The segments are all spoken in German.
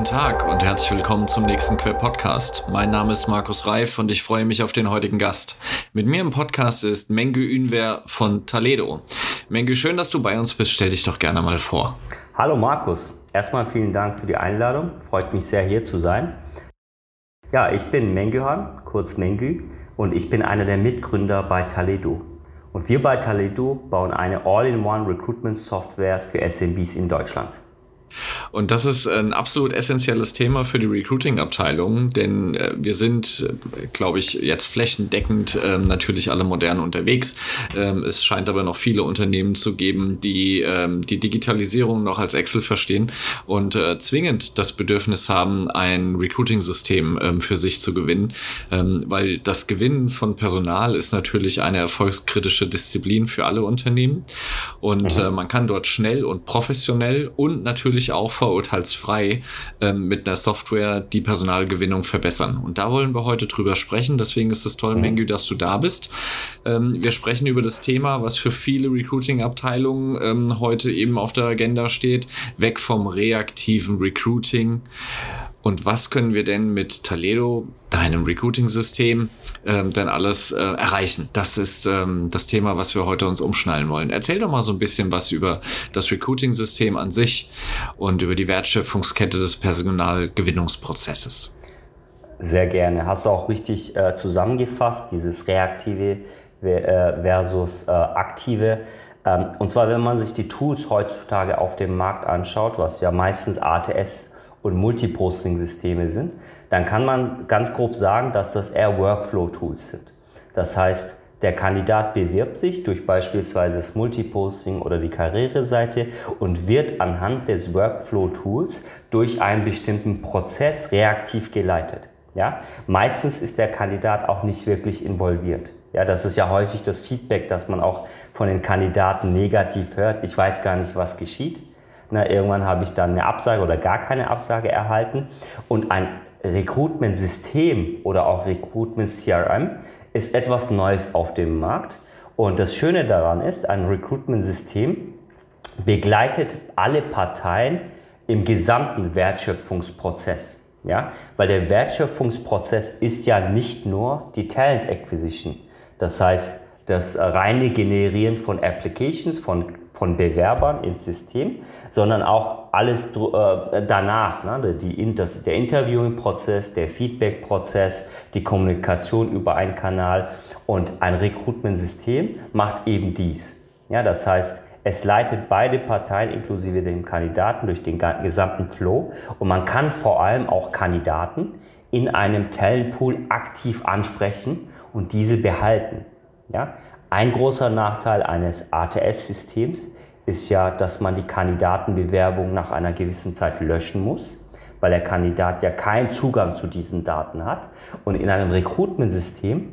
Tag und herzlich willkommen zum nächsten Quer-Podcast. Mein Name ist Markus Reif und ich freue mich auf den heutigen Gast. Mit mir im Podcast ist Mengü Ünver von Taledo. Mengü, schön, dass du bei uns bist. Stell dich doch gerne mal vor. Hallo Markus. Erstmal vielen Dank für die Einladung. Freut mich sehr, hier zu sein. Ja, ich bin Mengühan, kurz Mengü, und ich bin einer der Mitgründer bei Taledo. Und wir bei Taledo bauen eine All-in-One Recruitment-Software für SMBs in Deutschland. Und das ist ein absolut essentielles Thema für die Recruiting-Abteilung, denn wir sind, glaube ich, jetzt flächendeckend natürlich alle modern unterwegs. Es scheint aber noch viele Unternehmen zu geben, die die Digitalisierung noch als Excel verstehen und zwingend das Bedürfnis haben, ein Recruiting-System für sich zu gewinnen, weil das Gewinnen von Personal ist natürlich eine erfolgskritische Disziplin für alle Unternehmen und man kann dort schnell und professionell und natürlich auch vorurteilsfrei mit einer Software die Personalgewinnung verbessern. Und da wollen wir heute drüber sprechen. Deswegen ist es toll, Mengü, dass du da bist. Wir sprechen über das Thema, was für viele Recruiting-Abteilungen heute eben auf der Agenda steht. Weg vom reaktiven Recruiting. Und was können wir denn mit Taledo, deinem Recruiting-System, denn alles erreichen? Das ist das Thema, was wir heute uns umschnallen wollen. Erzähl doch mal so ein bisschen was über das Recruiting-System an sich und über die Wertschöpfungskette des Personalgewinnungsprozesses. Sehr gerne. Hast du auch richtig zusammengefasst, dieses Reaktive versus Aktive. Und zwar, wenn man sich die Tools heutzutage auf dem Markt anschaut, was ja meistens ATS und Multiposting-Systeme sind, dann kann man ganz grob sagen, dass das eher Workflow-Tools sind. Das heißt, der Kandidat bewirbt sich durch beispielsweise das Multiposting oder die Karriereseite und wird anhand des Workflow-Tools durch einen bestimmten Prozess reaktiv geleitet. Ja? Meistens ist der Kandidat auch nicht wirklich involviert. Ja, das ist ja häufig das Feedback, das man auch von den Kandidaten negativ hört. Ich weiß gar nicht, was geschieht. Irgendwann habe ich dann eine Absage oder gar keine Absage erhalten. Und ein Recruitment-System oder auch Recruitment-CRM ist etwas Neues auf dem Markt. Und das Schöne daran ist, ein Recruitment-System begleitet alle Parteien im gesamten Wertschöpfungsprozess. Ja? Weil der Wertschöpfungsprozess ist ja nicht nur die Talent Acquisition. Das heißt, das reine Generieren von Applications, von Bewerbern ins System, sondern auch alles danach, ne? Der Interviewing-Prozess, der Feedback-Prozess, die Kommunikation über einen Kanal und ein Recruitment-System macht eben dies. Ja, das heißt, es leitet beide Parteien inklusive dem Kandidaten durch den gesamten Flow und man kann vor allem auch Kandidaten in einem Talentpool aktiv ansprechen und diese behalten. Ja? Ein großer Nachteil eines ATS-Systems ist ja, dass man die Kandidatenbewerbung nach einer gewissen Zeit löschen muss, weil der Kandidat ja keinen Zugang zu diesen Daten hat. Und in einem Recruitment-System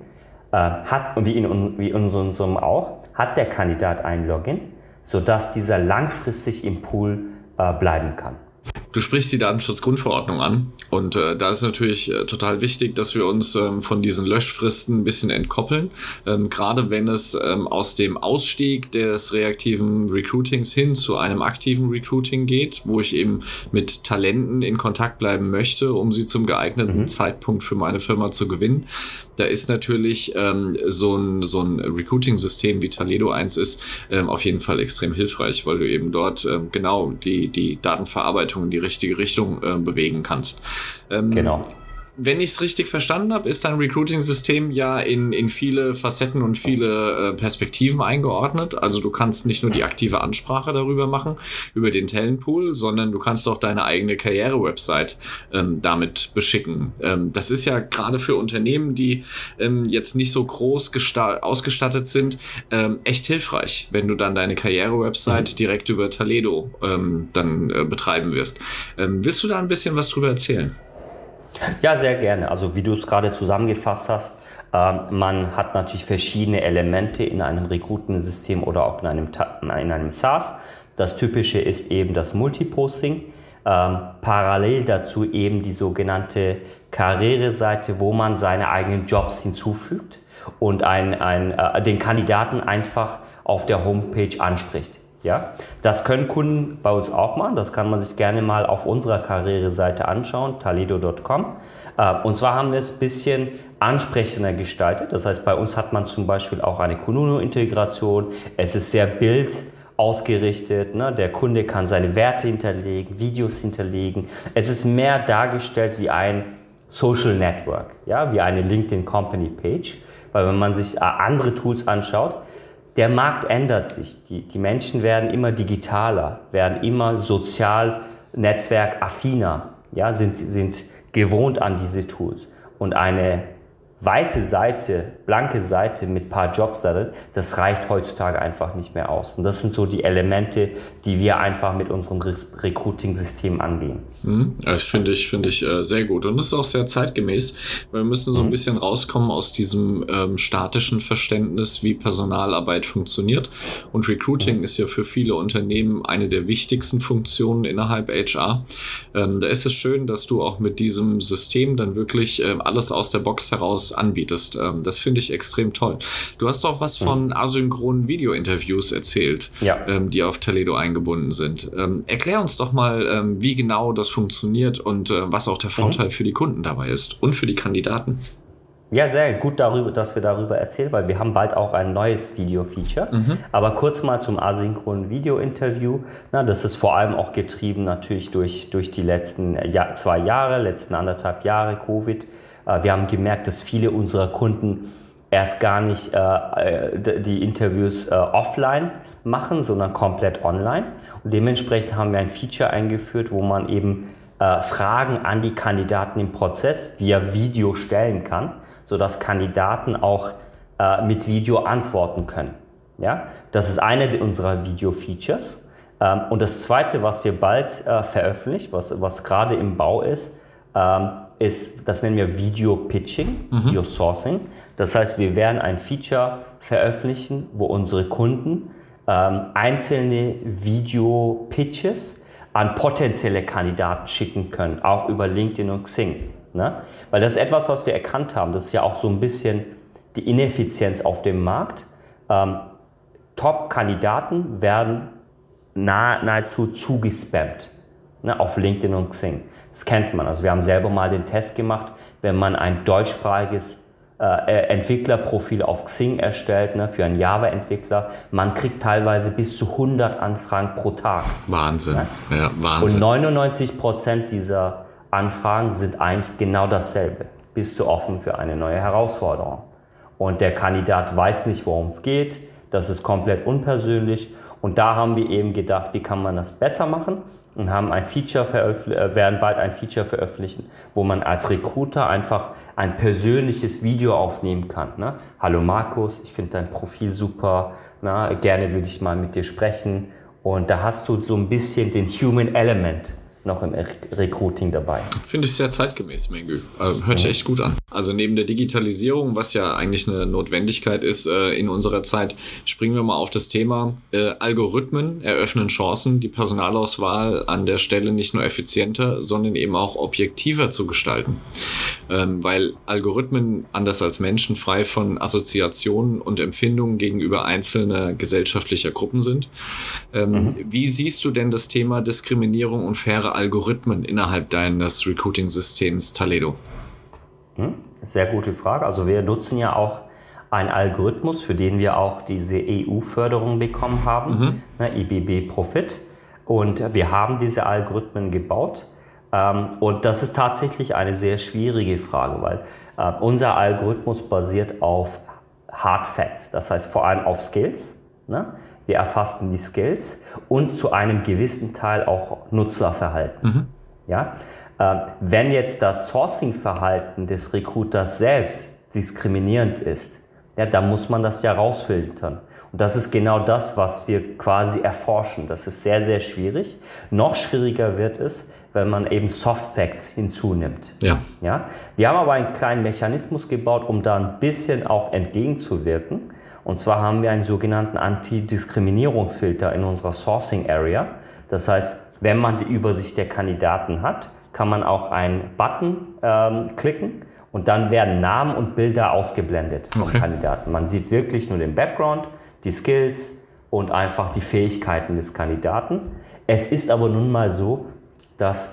wie in unserem auch, hat der Kandidat ein Login, sodass dieser langfristig im Pool bleiben kann. Du sprichst die Datenschutzgrundverordnung an und da ist natürlich total wichtig, dass wir uns von diesen Löschfristen ein bisschen entkoppeln. Gerade wenn es aus dem Ausstieg des reaktiven Recruitings hin zu einem aktiven Recruiting geht, wo ich eben mit Talenten in Kontakt bleiben möchte, um sie zum geeigneten Zeitpunkt für meine Firma zu gewinnen. Da ist natürlich so ein Recruiting-System wie Taledo eins ist auf jeden Fall extrem hilfreich, weil du eben dort genau die Datenverarbeitung in die richtige Richtung bewegen kannst. Genau. Wenn ich es richtig verstanden habe, ist dein Recruiting-System ja in viele Facetten und viele Perspektiven eingeordnet. Also du kannst nicht nur die aktive Ansprache darüber machen, über den Talentpool, sondern du kannst auch deine eigene Karriere-Website damit beschicken. Das ist ja gerade für Unternehmen, die jetzt nicht so groß ausgestattet sind, echt hilfreich, wenn du dann deine Karriere-Website direkt über Taledo dann betreiben wirst. Willst du da ein bisschen was drüber erzählen? Ja, sehr gerne. Also wie du es gerade zusammengefasst hast, man hat natürlich verschiedene Elemente in einem Recruitment-System oder auch in einem SaaS. Das Typische ist eben das Multiposting. Parallel dazu eben die sogenannte Karriereseite, wo man seine eigenen Jobs hinzufügt und den Kandidaten einfach auf der Homepage anspricht. Ja, das können Kunden bei uns auch machen. Das kann man sich gerne mal auf unserer Karriereseite anschauen, taledo.com. Und zwar haben wir es ein bisschen ansprechender gestaltet. Das heißt, bei uns hat man zum Beispiel auch eine Kununu-Integration. Es ist sehr bildausgerichtet. Ne? Der Kunde kann seine Werte hinterlegen, Videos hinterlegen. Es ist mehr dargestellt wie ein Social Network, ja? Wie eine LinkedIn Company Page. Weil wenn man sich andere Tools anschaut, der Markt ändert sich. Die Menschen werden immer digitaler, werden immer sozial netzwerkaffiner, ja, sind gewohnt an diese Tools. Und eine weiße Seite, blanke Seite mit ein paar Jobs darin, das reicht heutzutage einfach nicht mehr aus. Und das sind so die Elemente, die wir einfach mit unserem Recruiting-System angehen. Das finde ich sehr gut. Und das ist auch sehr zeitgemäß. Wir müssen so ein bisschen rauskommen aus diesem statischen Verständnis, wie Personalarbeit funktioniert. Und Recruiting ist ja für viele Unternehmen eine der wichtigsten Funktionen innerhalb HR. Da ist es schön, dass du auch mit diesem System dann wirklich alles aus der Box heraus anbietest. Das finde ich extrem toll. Du hast auch was von asynchronen Video-Interviews erzählt, die auf Taledo eingebunden sind. Erklär uns doch mal, wie genau das funktioniert und was auch der Vorteil für die Kunden dabei ist und für die Kandidaten. Ja, sehr gut, dass wir darüber erzählen, weil wir haben bald auch ein neues Video-Feature. Aber kurz mal zum asynchronen Video-Interview. Das ist vor allem auch getrieben natürlich durch die letzten 2 Jahre, letzten 1,5 Jahre Covid. Wir haben gemerkt, dass viele unserer Kunden erst gar nicht die Interviews offline machen, sondern komplett online. Und dementsprechend haben wir ein Feature eingeführt, wo man eben Fragen an die Kandidaten im Prozess via Video stellen kann, sodass Kandidaten auch mit Video antworten können. Ja? Das ist eine unserer Video-Features. Und das zweite, was wir bald veröffentlichen, was gerade im Bau ist, das nennen wir Video-Pitching, Video-Sourcing. Das heißt, wir werden ein Feature veröffentlichen, wo unsere Kunden einzelne Video-Pitches an potenzielle Kandidaten schicken können, auch über LinkedIn und Xing. Ne? Weil das ist etwas, was wir erkannt haben. Das ist ja auch so ein bisschen die Ineffizienz auf dem Markt. Top-Kandidaten werden nahezu zugespammt, ne, auf LinkedIn und Xing. Das kennt man. Also wir haben selber mal den Test gemacht, wenn man ein deutschsprachiges Entwicklerprofil auf Xing erstellt, ne, für einen Java-Entwickler, man kriegt teilweise bis zu 100 Anfragen pro Tag. Wahnsinn. Ne? Ja, Wahnsinn. Und 99% dieser Anfragen sind eigentlich genau dasselbe. Bist du offen für eine neue Herausforderung? Und der Kandidat weiß nicht, worum es geht. Das ist komplett unpersönlich. Und da haben wir eben gedacht, wie kann man das besser machen? Und haben werden bald ein Feature veröffentlichen, wo man als Recruiter einfach ein persönliches Video aufnehmen kann. Ne? Hallo Markus, ich finde dein Profil super, na, gerne würde ich mal mit dir sprechen. Und da hast du so ein bisschen den Human Element noch im Recruiting dabei. Finde ich sehr zeitgemäß, Mengü. Hört sich echt gut an. Also neben der Digitalisierung, was ja eigentlich eine Notwendigkeit ist in unserer Zeit, springen wir mal auf das Thema Algorithmen eröffnen Chancen, die Personalauswahl an der Stelle nicht nur effizienter, sondern eben auch objektiver zu gestalten. Weil Algorithmen, anders als Menschen, frei von Assoziationen und Empfindungen gegenüber einzelner gesellschaftlicher Gruppen sind. Wie siehst du denn das Thema Diskriminierung und faire Algorithmen innerhalb deines Recruiting-Systems Taledo? Sehr gute Frage. Also wir nutzen ja auch einen Algorithmus, für den wir auch diese EU-Förderung bekommen haben, IBB Profit. Und wir haben diese Algorithmen gebaut. Und das ist tatsächlich eine sehr schwierige Frage, weil unser Algorithmus basiert auf Hard Facts, das heißt vor allem auf Skills. Ne? Wir erfassen die Skills und zu einem gewissen Teil auch Nutzerverhalten. Ja? Wenn jetzt das Sourcing-Verhalten des Recruiters selbst diskriminierend ist, ja, dann muss man das ja rausfiltern. Und das ist genau das, was wir quasi erforschen. Das ist sehr, sehr schwierig. Noch schwieriger wird es, wenn man eben Soft Facts hinzunimmt. Ja. Ja? Wir haben aber einen kleinen Mechanismus gebaut, um da ein bisschen auch entgegenzuwirken. Und zwar haben wir einen sogenannten Antidiskriminierungsfilter in unserer Sourcing Area. Das heißt, wenn man die Übersicht der Kandidaten hat, kann man auch einen Button klicken und dann werden Namen und Bilder ausgeblendet vom Kandidaten. Man sieht wirklich nur den Background, die Skills und einfach die Fähigkeiten des Kandidaten. Es ist aber nun mal so, dass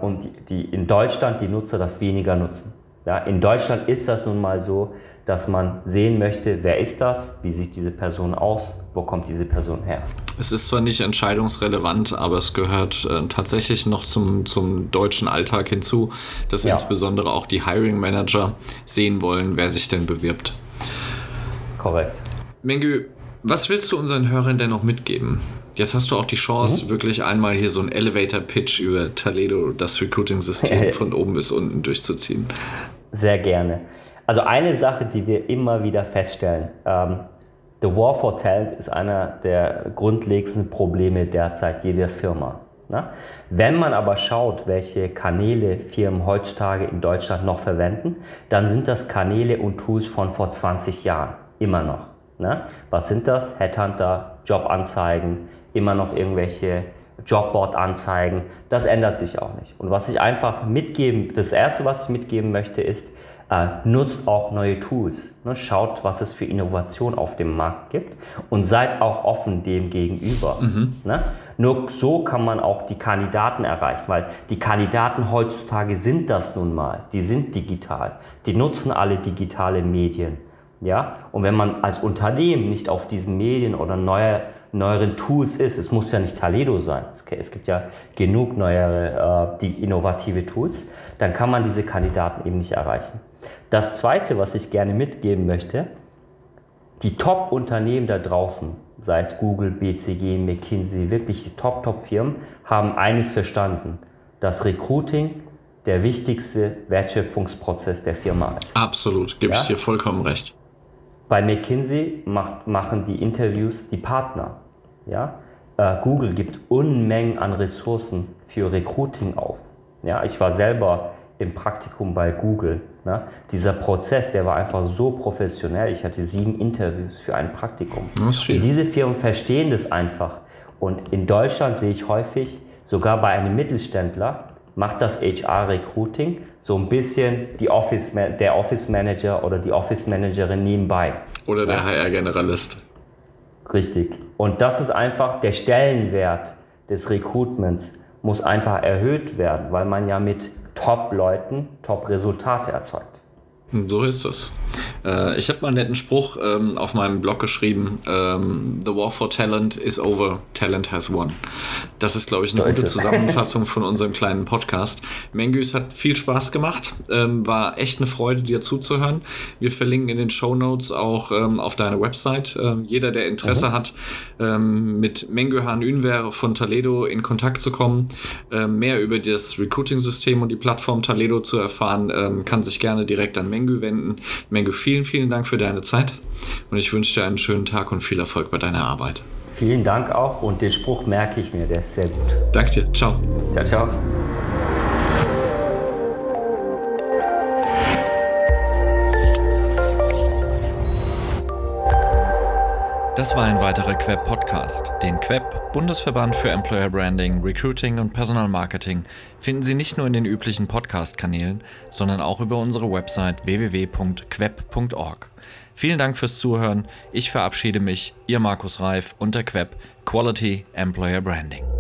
in Deutschland die Nutzer das weniger nutzen. Ja, in Deutschland ist das nun mal so, dass man sehen möchte, wer ist das, wie sieht diese Person aus, wo kommt diese Person her. Es ist zwar nicht entscheidungsrelevant, aber es gehört tatsächlich noch zum deutschen Alltag hinzu, dass insbesondere auch die Hiring Manager sehen wollen, wer sich denn bewirbt. Korrekt. Mengü, was willst du unseren Hörern denn noch mitgeben? Jetzt hast du auch die Chance, wirklich einmal hier so einen Elevator-Pitch über Taledo, das Recruiting-System von oben bis unten durchzuziehen. Sehr gerne. Also eine Sache, die wir immer wieder feststellen, the War for Talent ist einer der grundlegendsten Probleme derzeit jeder Firma. Ne? Wenn man aber schaut, welche Kanäle Firmen heutzutage in Deutschland noch verwenden, dann sind das Kanäle und Tools von vor 20 Jahren, immer noch. Ne? Was sind das? Headhunter, Jobanzeigen, immer noch irgendwelche Jobboard-Anzeigen. Das ändert sich auch nicht. Und was ich einfach das Erste, was ich mitgeben möchte, ist, nutzt auch neue Tools. Ne? Schaut, was es für Innovation auf dem Markt gibt und seid auch offen dem gegenüber. Ne? Nur so kann man auch die Kandidaten erreichen, weil die Kandidaten heutzutage sind das nun mal. Die sind digital. Die nutzen alle digitale Medien. Ja? Und wenn man als Unternehmen nicht auf diesen Medien oder neueren Tools ist, es muss ja nicht Taledo sein, es gibt ja genug neuere, die innovative Tools, dann kann man diese Kandidaten eben nicht erreichen. Das Zweite, was ich gerne mitgeben möchte, die Top-Unternehmen da draußen, sei es Google, BCG, McKinsey, wirklich die Top-Firmen, haben eines verstanden, dass Recruiting der wichtigste Wertschöpfungsprozess der Firma ist. Absolut, gebe ich dir vollkommen recht. Bei McKinsey machen die Interviews die Partner. Ja? Google gibt Unmengen an Ressourcen für Recruiting auf. Ja? Ich war selber im Praktikum bei Google. Ne? Dieser Prozess, der war einfach so professionell. Ich hatte 7 Interviews für ein Praktikum. Und diese Firmen verstehen das einfach. Und in Deutschland sehe ich häufig, sogar bei einem Mittelständler, macht das HR-Recruiting so ein bisschen der Office Manager oder die Office Managerin nebenbei. Oder der HR-Generalist. Richtig. Und das ist einfach, der Stellenwert des Recruitments muss einfach erhöht werden, weil man ja mit Top-Leuten Top-Resultate erzeugt. So ist es. Ich habe mal einen netten Spruch auf meinem Blog geschrieben, The War for Talent is over, Talent has won. Das ist, glaube ich, eine gute Zusammenfassung von unserem kleinen Podcast. Mengü, es hat viel Spaß gemacht, war echt eine Freude, dir zuzuhören. Wir verlinken in den Shownotes auch auf deine Website. Jeder, der Interesse hat, mit Mengü Han-Ünver von Taledo in Kontakt zu kommen, mehr über das Recruiting-System und die Plattform Taledo zu erfahren, kann sich gerne direkt an Mengü wenden. Mengü, vielen Dank für deine Zeit und ich wünsche dir einen schönen Tag und viel Erfolg bei deiner Arbeit. Vielen Dank auch und den Spruch merke ich mir, der ist sehr gut. Danke dir, ciao. Ciao, ciao. Das war ein weiterer Queb-Podcast. Den Queb, Bundesverband für Employer Branding, Recruiting und Personalmarketing, finden Sie nicht nur in den üblichen Podcast-Kanälen, sondern auch über unsere Website www.queb.org. Vielen Dank fürs Zuhören. Ich verabschiede mich, Ihr Markus Reif und der Queb Quality Employer Branding.